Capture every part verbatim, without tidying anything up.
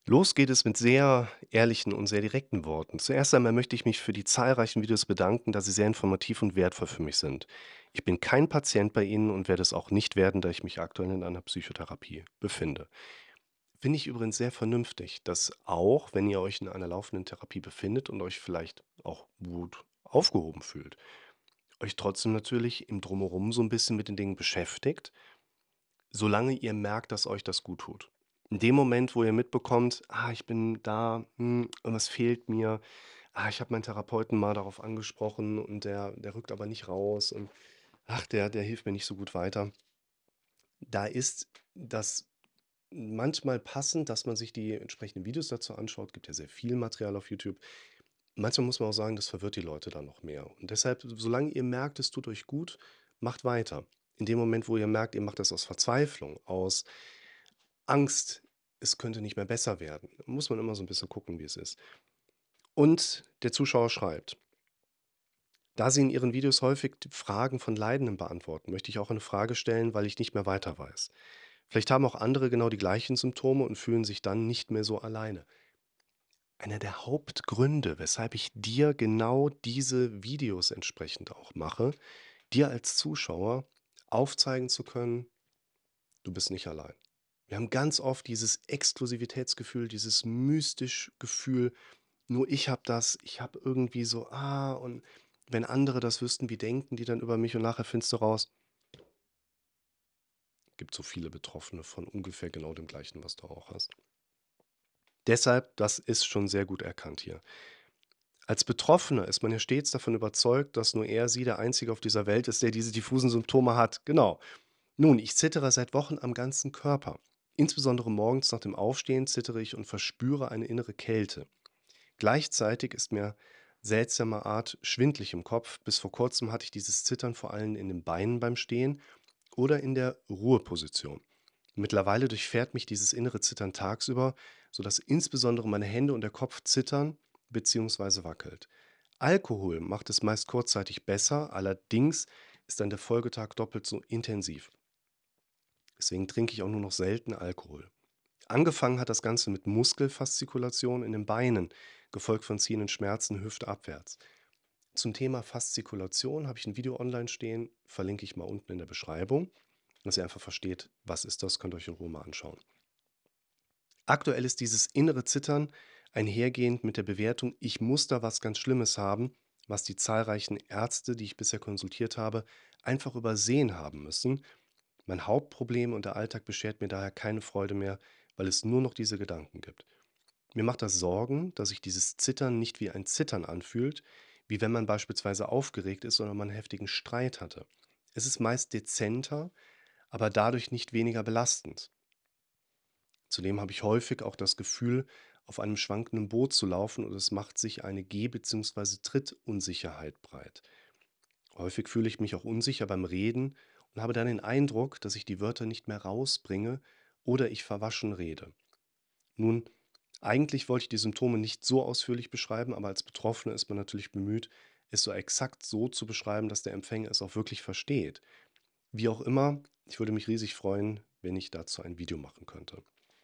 Los geht es mit sehr ehrlichen und sehr direkten Worten. Zuerst einmal möchte ich mich für die zahlreichen Videos bedanken, da sie sehr informativ und wertvoll für mich sind. Ich bin kein Patient bei Ihnen und werde es auch nicht werden, da ich mich aktuell in einer Psychotherapie befinde. Finde ich übrigens sehr vernünftig, dass auch, wenn ihr euch in einer laufenden Therapie befindet und euch vielleicht auch gut aufgehoben fühlt, euch trotzdem natürlich im Drumherum so ein bisschen mit den Dingen beschäftigt, solange ihr merkt, dass euch das gut tut. In dem Moment, wo ihr mitbekommt: „Ah, ich bin da, hm, irgendwas fehlt mir. Ah, ich habe meinen Therapeuten mal darauf angesprochen und der der rückt aber nicht raus und ach, der der hilft mir nicht so gut weiter.“ Da ist das manchmal passend, dass man sich die entsprechenden Videos dazu anschaut. Gibt ja sehr viel Material auf YouTube. Manchmal muss man auch sagen, das verwirrt die Leute dann noch mehr. Und deshalb, solange ihr merkt, es tut euch gut, macht weiter. In dem Moment, wo ihr merkt, ihr macht das aus Verzweiflung, aus Angst, es könnte nicht mehr besser werden, muss man immer so ein bisschen gucken, wie es ist. Und der Zuschauer schreibt: „Da Sie in Ihren Videos häufig d Fragen von Leidenden beantworten, möchte ich auch eine Frage stellen, weil ich nicht mehr weiter weiß. Vielleicht haben auch andere genau die gleichen Symptome und fühlen sich dann nicht mehr so alleine.“ Einer der Hauptgründe, weshalb ich dir genau diese Videos entsprechend auch mache, dir als Zuschauer aufzeigen zu können: Du bist nicht allein. Wir haben ganz oft dieses Exklusivitätsgefühl, dieses mystisch Gefühl: „Nur ich habe das, ich habe irgendwie so, ah, und wenn andere das wüssten, wie denken die dann über mich?“ Und nachher findest du raus, gibt so viele Betroffene von ungefähr genau dem Gleichen, was du auch hast. Deshalb, das ist schon sehr gut erkannt hier. Als Betroffener ist man ja stets davon überzeugt, dass nur er, sie der Einzige auf dieser Welt ist, der diese diffusen Symptome hat. Genau. Nun, ich zittere seit Wochen am ganzen Körper. Insbesondere morgens nach dem Aufstehen zittere ich und verspüre eine innere Kälte. Gleichzeitig ist mir seltsamer Art schwindlig im Kopf. Bis vor kurzem hatte ich dieses Zittern vor allem in den Beinen beim Stehen oder in der Ruheposition. Mittlerweile durchfährt mich dieses innere Zittern tagsüber, sodass insbesondere meine Hände und der Kopf zittern bzw. wackelt. Alkohol macht es meist kurzzeitig besser, allerdings ist dann der Folgetag doppelt so intensiv. Deswegen trinke ich auch nur noch selten Alkohol. Angefangen hat das Ganze mit Muskelfaszikulation in den Beinen, gefolgt von ziehenden Schmerzen hüftabwärts. Zum Thema Faszikulation habe ich ein Video online stehen, verlinke ich mal unten in der Beschreibung, dass ihr einfach versteht, was ist das, könnt ihr euch in Ruhe mal anschauen. Aktuell ist dieses innere Zittern einhergehend mit der Bewertung, ich muss da was ganz Schlimmes haben, was die zahlreichen Ärzte, die ich bisher konsultiert habe, einfach übersehen haben müssen. Mein Hauptproblem und der Alltag beschert mir daher keine Freude mehr, weil es nur noch diese Gedanken gibt. Mir macht das Sorgen, dass sich dieses Zittern nicht wie ein Zittern anfühlt, wie wenn man beispielsweise aufgeregt ist oder man einen heftigen Streit hatte. Es ist meist dezenter, aber dadurch nicht weniger belastend. Zudem habe ich häufig auch das Gefühl, auf einem schwankenden Boot zu laufen und es macht sich eine Geh- bzw. Trittunsicherheit breit. Häufig fühle ich mich auch unsicher beim Reden und habe dann den Eindruck, dass ich die Wörter nicht mehr rausbringe oder ich verwaschen rede. Nun, eigentlich wollte ich die Symptome nicht so ausführlich beschreiben, aber als Betroffener ist man natürlich bemüht, es so exakt so zu beschreiben, dass der Empfänger es auch wirklich versteht. Wie auch immer, ich würde mich riesig freuen, wenn ich dazu ein Video machen könnte.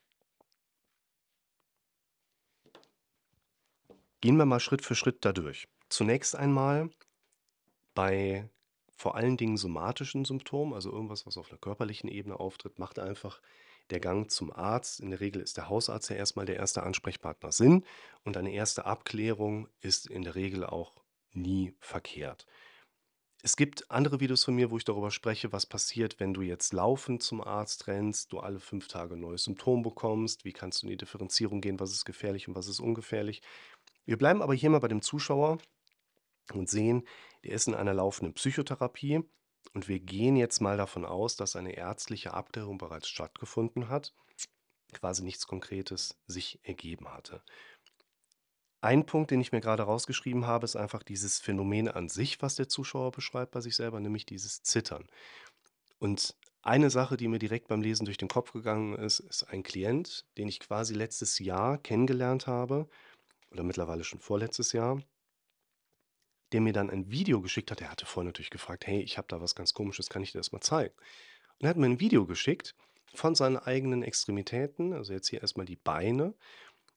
Gehen wir mal Schritt für Schritt da durch. Zunächst einmal bei vor allen Dingen somatischen Symptomen, also irgendwas, was auf einer körperlichen Ebene auftritt, macht einfach der Gang zum Arzt. In der Regel ist der Hausarzt ja erstmal der erste Ansprechpartner Sinn und eine erste Abklärung ist in der Regel auch nie verkehrt. Es gibt andere Videos von mir, wo ich darüber spreche, was passiert, wenn du jetzt laufend zum Arzt rennst, du alle fünf Tage 'n neues Symptom bekommst, wie kannst du in die Differenzierung gehen, was ist gefährlich und was ist ungefährlich. Wir bleiben aber hier mal bei dem Zuschauer und sehen, der ist in einer laufenden Psychotherapie und wir gehen jetzt mal davon aus, dass eine ärztliche Abklärung bereits stattgefunden hat, quasi nichts Konkretes sich ergeben hatte. Ein Punkt, den ich mir gerade rausgeschrieben habe, ist einfach dieses Phänomen an sich, was der Zuschauer beschreibt bei sich selber, nämlich dieses Zittern. Und eine Sache, die mir direkt beim Lesen durch den Kopf gegangen ist, ist ein Klient, den ich quasi letztes Jahr kennengelernt habe oder mittlerweile schon vorletztes Jahr, der mir dann ein Video geschickt hat. Er hatte vorher natürlich gefragt: „Hey, ich habe da was ganz Komisches, kann ich dir das mal zeigen?“ Und er hat mir ein Video geschickt von seinen eigenen Extremitäten, also jetzt hier erst mal die Beine.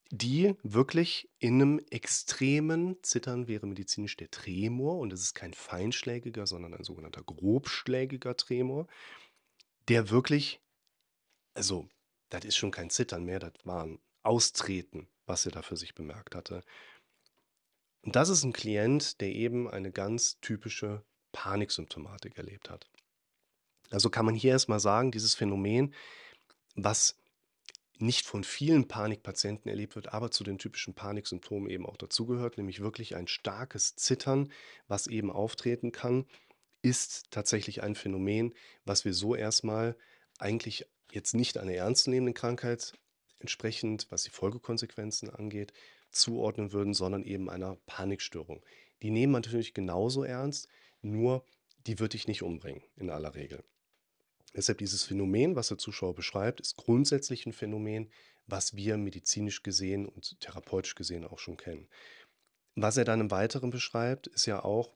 die wirklich in einem extremen Zittern wäre medizinisch der Tremor und es ist kein feinschlägiger, sondern ein sogenannter grobschlägiger Tremor, der wirklich also, das ist schon kein Zittern mehr, das war 'n Austreten, was er da für sich bemerkt hatte. Und das ist ein Klient, der eben eine ganz typische Paniksymptomatik erlebt hat. Also, kann man hier erst mal sagen, dieses Phänomen, was nicht von vielen Panikpatienten erlebt wird, aber zu den typischen Paniksymptomen eben auch dazugehört, nämlich wirklich ein starkes Zittern, was eben auftreten kann, ist tatsächlich ein Phänomen, was wir so erstmal eigentlich jetzt nicht einer ernstzunehmenden Krankheit entsprechend, was die Folgekonsequenzen angeht, zuordnen würden, sondern eben einer Panikstörung. Die nehmen wir natürlich genauso ernst, nur die wird dich nicht umbringen in aller Regel. Deshalb dieses Phänomen, was der Zuschauer beschreibt, ist grundsätzlich ein Phänomen, was wir medizinisch gesehen und therapeutisch gesehen auch schon kennen. Was er dann im Weiteren beschreibt, ist ja auch,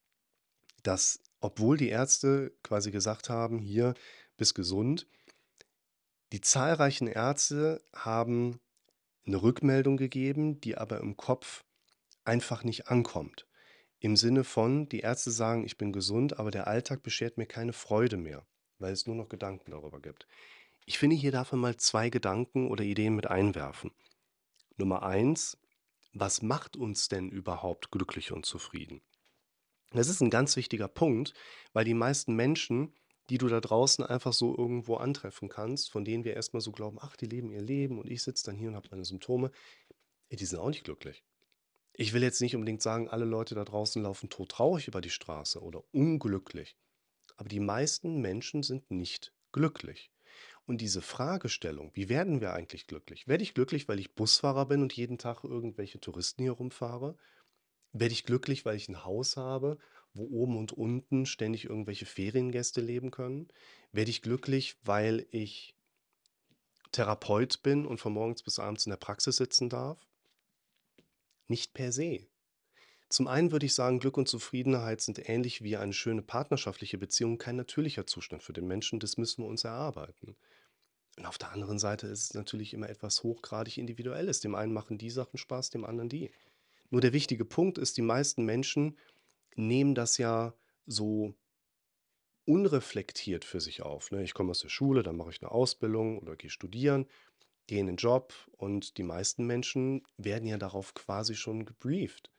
dass, obwohl die Ärzte quasi gesagt haben: „Hier, bist gesund“, die zahlreichen Ärzte haben eine Rückmeldung gegeben, die aber im Kopf einfach nicht ankommt. Im Sinne von, die Ärzte sagen: „Ich bin gesund, aber der Alltag beschert mir keine Freude mehr, weil es nur noch Gedanken darüber gibt.“ Ich finde, hier darf man mal zwei Gedanken oder Ideen mit einwerfen. Nummer eins: Was macht uns denn überhaupt glücklich und zufrieden? Das ist ein ganz wichtiger Punkt, weil die meisten Menschen, die du da draußen einfach so irgendwo antreffen kannst, von denen wir erst mal so glauben: „Ach, die leben ihr Leben und ich sitze dann hier und habe meine Symptome“, ey, die sind auch nicht glücklich. Ich will jetzt nicht unbedingt sagen, alle Leute da draußen laufen todtraurig über die Straße oder unglücklich, aber die meisten Menschen sind nicht glücklich. Und diese Fragestellung: „Wie werden wir eigentlich glücklich?“ Werde ich glücklich, weil ich Busfahrer bin und jeden Tag irgendwelche Touristen hier rumfahre? Werde ich glücklich, weil ich ein Haus habe, wo oben und unten ständig irgendwelche Feriengäste leben können? Werde ich glücklich, weil ich Therapeut bin und von morgens bis abends in der Praxis sitzen darf? Nicht per se. Zum einen würde ich sagen, Glück und Zufriedenheit sind ähnlich wie eine schöne partnerschaftliche Beziehung kein natürlicher Zustand für den Menschen, das müssen wir uns erarbeiten. Und auf der anderen Seite ist es natürlich immer etwas hochgradig Individuelles. Dem einen machen die Sachen Spaß, dem anderen die. Nur der wichtige Punkt ist, die meisten Menschen nehmen das ja so unreflektiert für sich auf, ne? Ich komme aus der Schule, dann mache ich eine Ausbildung oder gehe studieren, gehe in den Job und die meisten Menschen werden ja darauf quasi schon gebrieft,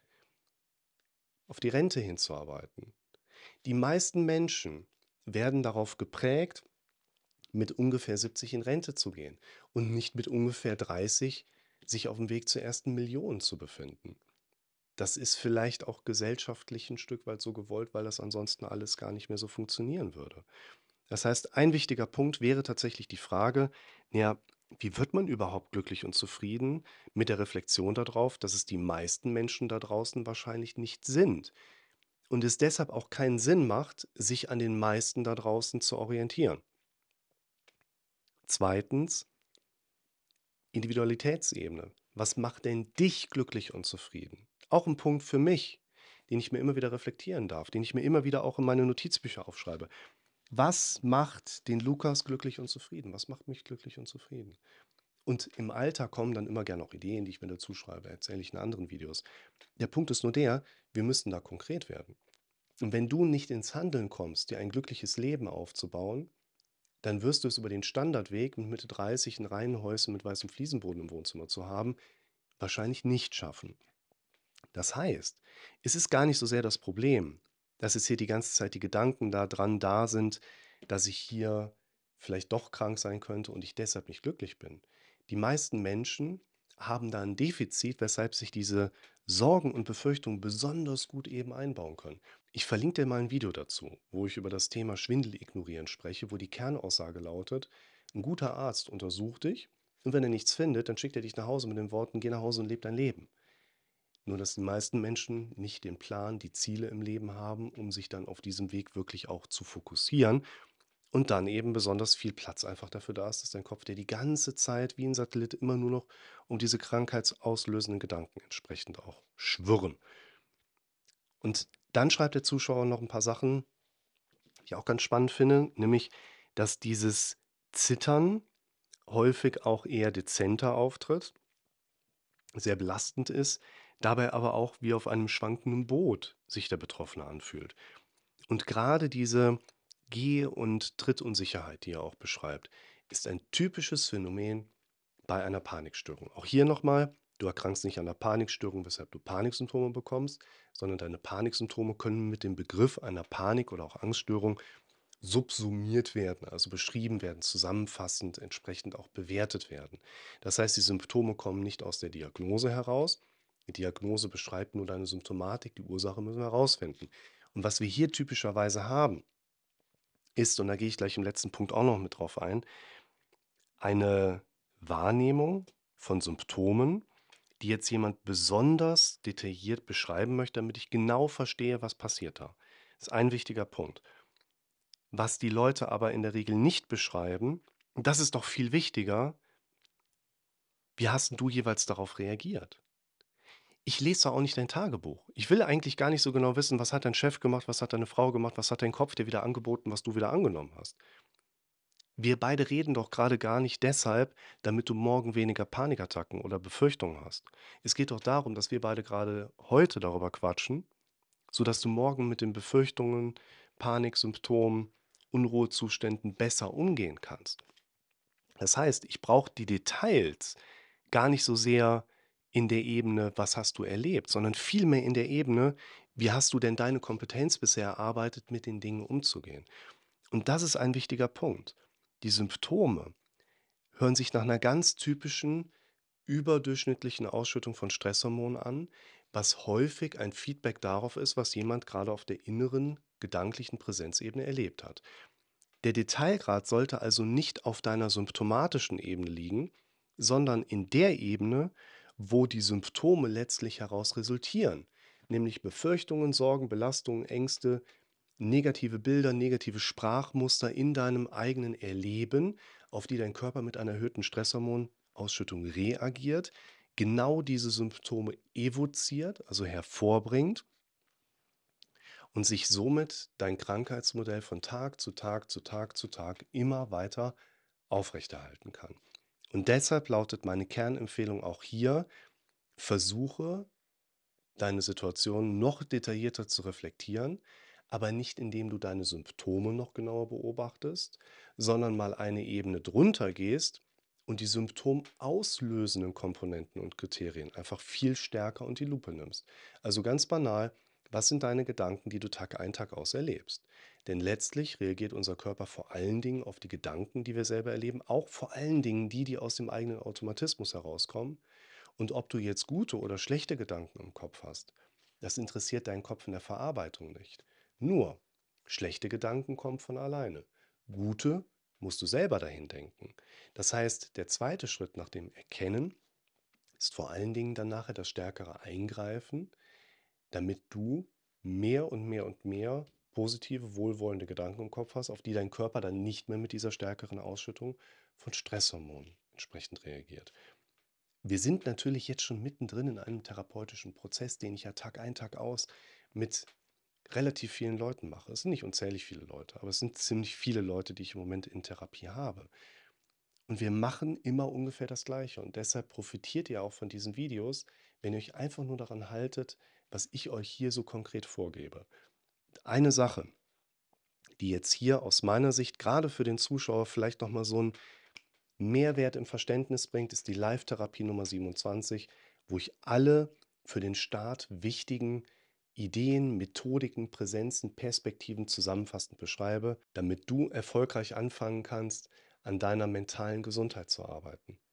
auf die Rente hinzuarbeiten. Die meisten Menschen werden darauf geprägt, mit ungefähr siebzig in Rente zu gehen und nicht mit ungefähr dreißig sich auf dem Weg zur ersten Million zu befinden. Das ist vielleicht auch gesellschaftlich ein Stück weit so gewollt, weil das ansonsten alles gar nicht mehr so funktionieren würde. Das heißt, ein wichtiger Punkt wäre tatsächlich die Frage, ja, wie wird man überhaupt glücklich und zufrieden mit der Reflexion darauf, dass es die meisten Menschen da draußen wahrscheinlich nicht sind und es deshalb auch keinen Sinn macht, sich an den meisten da draußen zu orientieren. Zweitens, Individualitätsebene. Was macht denn dich glücklich und zufrieden? Auch ein Punkt für mich, den ich mir immer wieder reflektieren darf, den ich mir immer wieder auch in meine Notizbücher aufschreibe. Was macht den Lukas glücklich und zufrieden? Was macht mich glücklich und zufrieden? Und im Alter kommen dann immer gerne auch Ideen, die ich mir dazu schreibe, erzähle ich in anderen Videos. Der Punkt ist nur der, wir müssen da konkret werden. Und wenn du nicht ins Handeln kommst, dir ein glückliches Leben aufzubauen, dann wirst du es über den Standardweg mit Mitte dreißig ein Reihenhäuschen mit weißem Fliesenboden im Wohnzimmer zu haben, wahrscheinlich nicht schaffen. Das heißt, es ist gar nicht so sehr das Problem, dass es hier die ganze Zeit die Gedanken da dran da sind, dass ich hier vielleicht doch krank sein könnte und ich deshalb nicht glücklich bin. Die meisten Menschen haben da ein Defizit, weshalb sich diese Sorgen und Befürchtungen besonders gut eben einbauen können. Ich verlinke dir mal ein Video dazu, wo ich über das Thema Schwindel ignorieren spreche, wo die Kernaussage lautet: Ein guter Arzt untersucht dich und wenn er nichts findet, dann schickt er dich nach Hause mit den Worten: Geh nach Hause und leb dein Leben. Nur dass die meisten Menschen nicht den Plan, die Ziele im Leben haben, um sich dann auf diesem Weg wirklich auch zu fokussieren und dann eben besonders viel Platz einfach dafür da ist, dass dein Kopf, der die ganze Zeit wie ein Satellit immer nur noch um diese krankheitsauslösenden Gedanken entsprechend auch schwirren. Und dann schreibt der Zuschauer noch ein paar Sachen, die ich auch ganz spannend finde, nämlich, dass dieses Zittern häufig auch eher dezenter auftritt. sehr belastend ist, dabei aber auch wie auf einem schwankenden Boot sich der Betroffene anfühlt. Und gerade diese Geh- und Trittunsicherheit, die er auch beschreibt, ist ein typisches Phänomen bei einer Panikstörung. Auch hier nochmal, du erkrankst nicht an einer Panikstörung, weshalb du Paniksymptome bekommst, sondern deine Paniksymptome können mit dem Begriff einer Panik- oder auch Angststörung subsumiert werden, also beschrieben werden, zusammenfassend entsprechend auch bewertet werden. Das heißt, die Symptome kommen nicht aus der Diagnose heraus. Die Diagnose beschreibt nur deine Symptomatik, die Ursache müssen wir herausfinden. Und was wir hier typischerweise haben, ist, und da gehe ich gleich im letzten Punkt auch noch mit drauf ein, eine Wahrnehmung von Symptomen, die jetzt jemand besonders detailliert beschreiben möchte, damit ich genau verstehe, was passiert da. Das ist ein wichtiger Punkt. Was die Leute aber in der Regel nicht beschreiben, und das ist doch viel wichtiger, wie hast 'n du jeweils darauf reagiert? Ich lese doch auch nicht dein Tagebuch. Ich will eigentlich gar nicht so genau wissen, was hat dein Chef gemacht, was hat deine Frau gemacht, was hat dein Kopf dir wieder angeboten, was du wieder angenommen hast. Wir beide reden doch gerade gar nicht deshalb, damit du morgen weniger Panikattacken oder Befürchtungen hast. Es geht doch darum, dass wir beide gerade heute darüber quatschen, sodass du morgen mit den Befürchtungen, Paniksymptomen, Unruhezuständen besser umgehen kannst. Das heißt, ich brauche die Details gar nicht so sehr in der Ebene, was hast du erlebt, sondern vielmehr in der Ebene, wie hast du denn deine Kompetenz bisher erarbeitet, mit den Dingen umzugehen. Und das ist ein wichtiger Punkt. Die Symptome hören sich nach einer ganz typischen überdurchschnittlichen Ausschüttung von Stresshormonen an, was häufig ein Feedback darauf ist, was jemand gerade auf der inneren gedanklichen Präsenzebene erlebt hat. Der Detailgrad sollte also nicht auf deiner symptomatischen Ebene liegen, sondern in der Ebene, wo die Symptome letztlich heraus resultieren, nämlich Befürchtungen, Sorgen, Belastungen, Ängste, negative Bilder, negative Sprachmuster in deinem eigenen Erleben, auf die dein Körper mit einer erhöhten Stresshormonausschüttung reagiert, genau diese Symptome evoziert, also hervorbringt und sich somit dein Krankheitsmodell von Tag zu Tag zu Tag zu Tag immer weiter aufrechterhalten kann. Und deshalb lautet meine Kernempfehlung auch hier: Versuche, deine Situation noch detaillierter zu reflektieren, aber nicht indem du deine Symptome noch genauer beobachtest, sondern mal eine Ebene drunter gehst und die symptomauslösenden Komponenten und Kriterien einfach viel stärker unter die Lupe nimmst. Also ganz banal, was sind deine Gedanken, die du Tag ein, Tag aus erlebst? Denn letztlich reagiert unser Körper vor allen Dingen auf die Gedanken, die wir selber erleben, auch vor allen Dingen die, die aus dem eigenen Automatismus herauskommen. Und ob du jetzt gute oder schlechte Gedanken im Kopf hast, das interessiert deinen Kopf in der Verarbeitung nicht. Nur, schlechte Gedanken kommen von alleine. Gute musst du selber dahin denken. Das heißt, der zweite Schritt nach dem Erkennen ist vor allen Dingen dann nachher das stärkere Eingreifen, damit du mehr und mehr und mehr positive, wohlwollende Gedanken im Kopf hast, auf die dein Körper dann nicht mehr mit dieser stärkeren Ausschüttung von Stresshormonen entsprechend reagiert. Wir sind natürlich jetzt schon mittendrin in einem therapeutischen Prozess, den ich ja Tag ein, Tag aus mit relativ vielen Leuten mache. Es sind nicht unzählig viele Leute, aber es sind ziemlich viele Leute, die ich im Moment in Therapie habe. Und wir machen immer ungefähr das Gleiche. Und deshalb profitiert ihr auch von diesen Videos, wenn ihr euch einfach nur daran haltet, was ich euch hier so konkret vorgebe. Eine Sache, die jetzt hier aus meiner Sicht gerade für den Zuschauer vielleicht nochmal so ein Mehrwert im Verständnis bringt, ist die Live-Therapie Nummer siebenundzwanzig, wo ich alle für den Start wichtigen Ideen, Methodiken, Präsenzen, Perspektiven zusammenfassend beschreibe, damit du erfolgreich anfangen kannst, an deiner mentalen Gesundheit zu arbeiten.